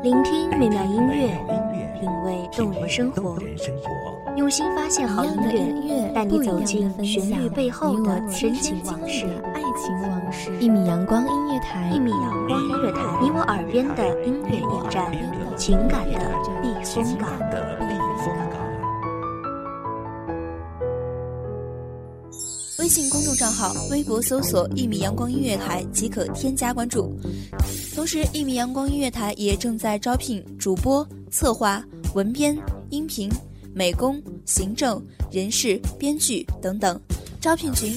聆听美妙音乐，品味动人生活，用心发现好音乐，带你走进旋律背后的深情往事。 爱情往事。一米阳光音乐台， 一米阳光音乐台，你我耳边的音乐驿站，情感的避风港。 微信公众账号、微博搜索“一米阳光音乐台”即可添加关注。同时，一米阳光音乐台也正在招聘主播、策划、文编、音频、美工、行政、人事、编剧等等。招聘群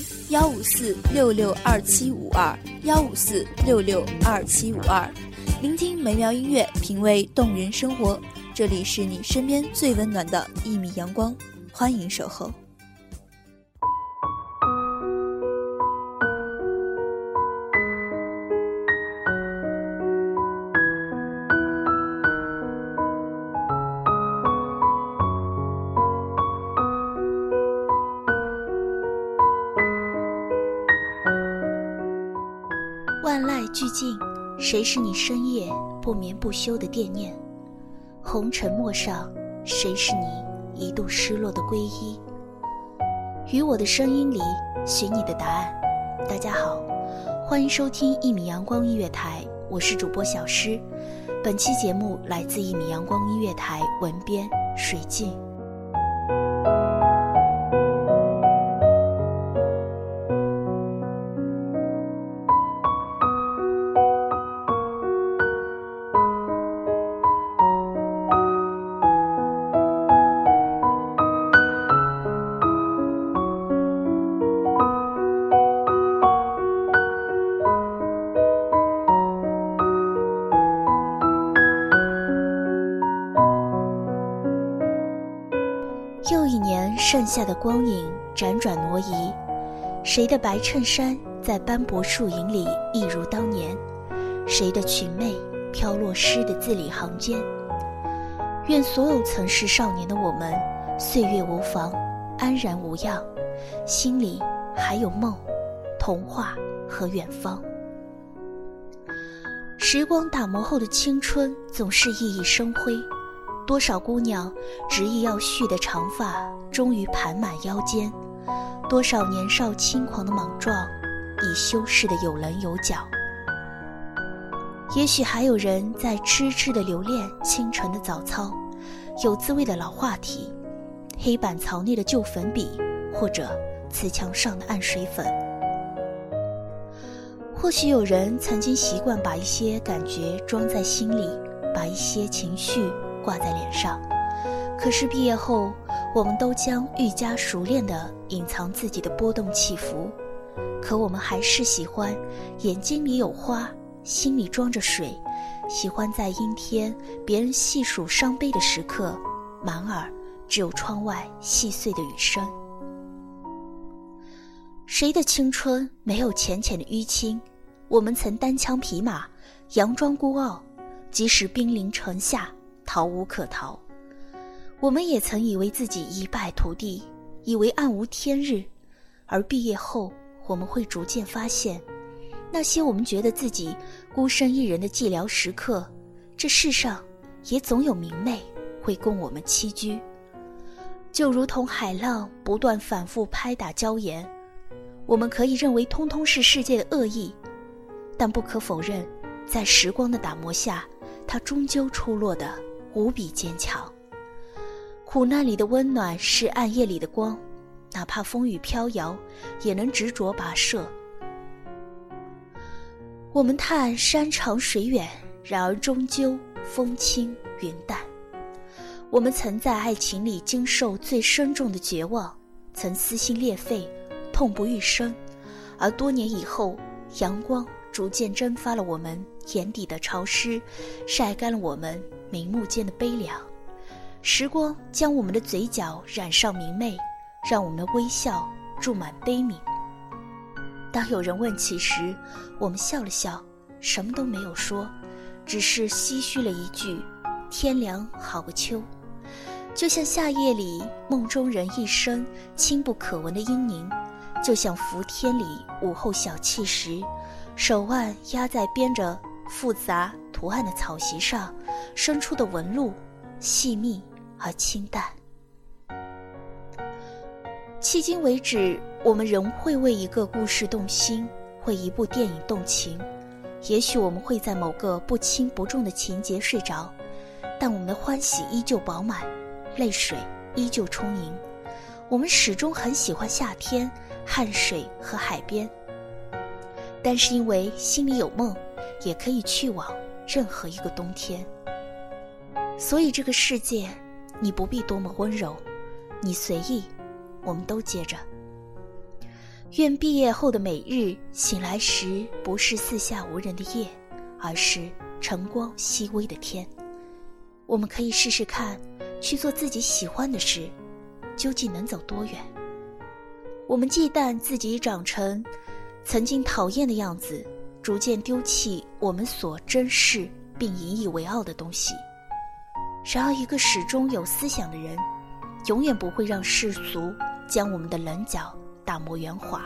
154662752，154662752。聆听美妙音乐，品味动人生活。这里是你身边最温暖的一米阳光，欢迎守候。 万籁俱静，谁是你深夜不眠不休的惦念？红尘陌上，谁是你一度失落的皈依？于我的声音里寻你的答案。大家好，欢迎收听一米阳光音乐台，我是主播小诗。本期节目来自一米阳光音乐台，文编水镜。又一年剩下的光影辗转挪移，谁的白衬衫在斑驳树影里一如当年，谁的裙袂飘落诗的字里行间。愿所有曾是少年的我们，岁月无妨，安然无恙，心里还有梦、童话和远方。时光打磨后的青春总是熠熠生辉，多少姑娘执意要续的长发终于盘满腰间，多少年少轻狂的莽撞已修饰的有棱有角。也许还有人在痴痴地留恋清晨的早操，有滋味的老话题，黑板槽内的旧粉笔，或者瓷墙上的暗水粉。或许有人曾经习惯把一些感觉装在心里，把一些情绪挂在脸上，可是毕业后，我们都将愈加熟练地隐藏自己的波动起伏，可我们还是喜欢眼睛里有花，心里装着水，喜欢在阴天别人细数伤悲的时刻，满耳只有窗外细碎的雨声。谁的青春没有浅浅的淤青？我们曾单枪匹马，佯装孤傲，即使兵临城下，逃无可逃。我们也曾以为自己一败涂地，以为暗无天日，而毕业后我们会逐渐发现，那些我们觉得自己孤身一人的寂寥时刻，这世上也总有明媚会供我们栖居。就如同海浪不断反复拍打礁岩，我们可以认为通通是世界的恶意，但不可否认，在时光的打磨下，它终究出落得无比坚强。苦难里的温暖是暗夜里的光，哪怕风雨飘摇，也能执着跋涉。我们叹山长水远，然而终究风轻云淡。我们曾在爱情里经受最深重的绝望，曾撕心裂肺，痛不欲生，而多年以后，阳光逐渐蒸发了我们眼底的潮湿，晒干了我们明目间的悲凉。时光将我们的嘴角染上明媚，让我们的微笑注满悲悯。当有人问起时，我们笑了笑，什么都没有说，只是唏嘘了一句：天凉好个秋。就像夏夜里梦中人一生轻不可闻的阴凝，就像伏天里午后小憩时，手腕压在编着复杂图案的草席上生出的纹路细密而清淡。迄今为止，我们仍会为一个故事动心，为一部电影动情。也许我们会在某个不轻不重的情节睡着，但我们的欢喜依旧饱满，泪水依旧充盈。我们始终很喜欢夏天、汗水和海边，但是因为心里有梦，也可以去往任何一个冬天。所以这个世界，你不必多么温柔，你随意，我们都接着。愿毕业后的每日醒来时，不是四下无人的夜，而是晨光熹微的天。我们可以试试看，去做自己喜欢的事，究竟能走多远？我们忌惮自己长成曾经讨厌的样子，逐渐丢弃我们所珍视并引以为傲的东西。然而一个始终有思想的人，永远不会让世俗将我们的棱角打磨圆滑。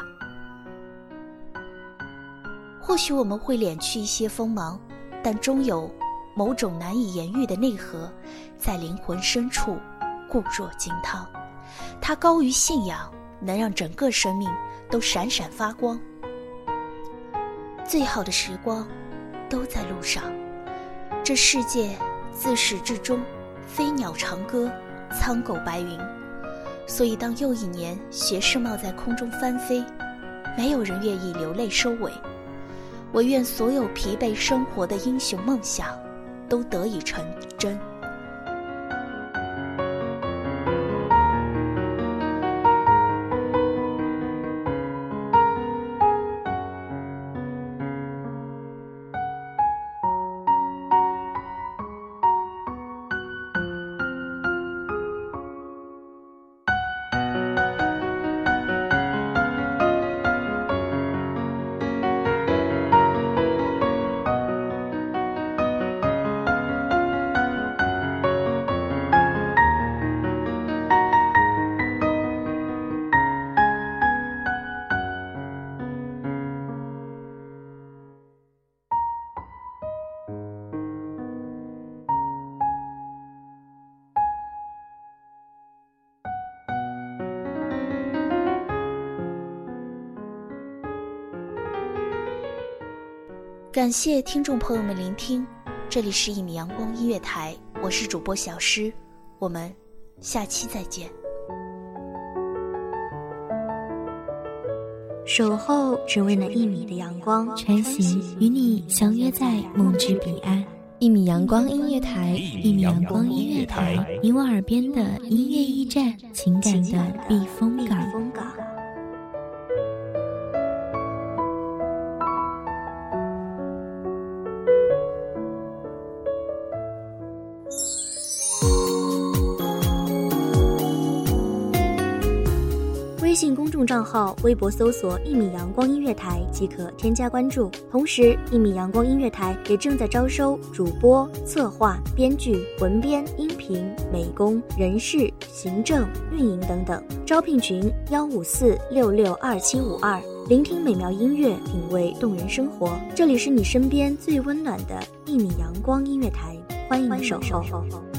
或许我们会敛去一些锋芒，但终有某种难以言喻的内核在灵魂深处固若金汤，它高于信仰，能让整个生命都闪闪发光。最好的时光都在路上，这世界自始至终飞鸟长歌，苍狗白云。所以当又一年学士帽在空中翻飞，没有人愿意流泪收尾。我愿所有疲惫生活的英雄梦想都得以成真。感谢听众朋友们聆听，这里是1米阳光音乐台，我是主播小诗，我们下期再见。 守候只为那1米的阳光， 穿行与你相约在梦之彼岸。1米阳光音乐台，1米阳光音乐台，你我耳边的音乐驿站，情感的避风港。 微信公众账号、微博搜索1米阳光音乐台即可添加关注。同时，1米阳光音乐台也正在招收主播、策划、编剧、文编、音频、美工、人事、行政、运营等等。招聘群154662752。聆听美妙音乐，品味动人生活。这里是你身边最温暖的1米阳光音乐台，欢迎你守候。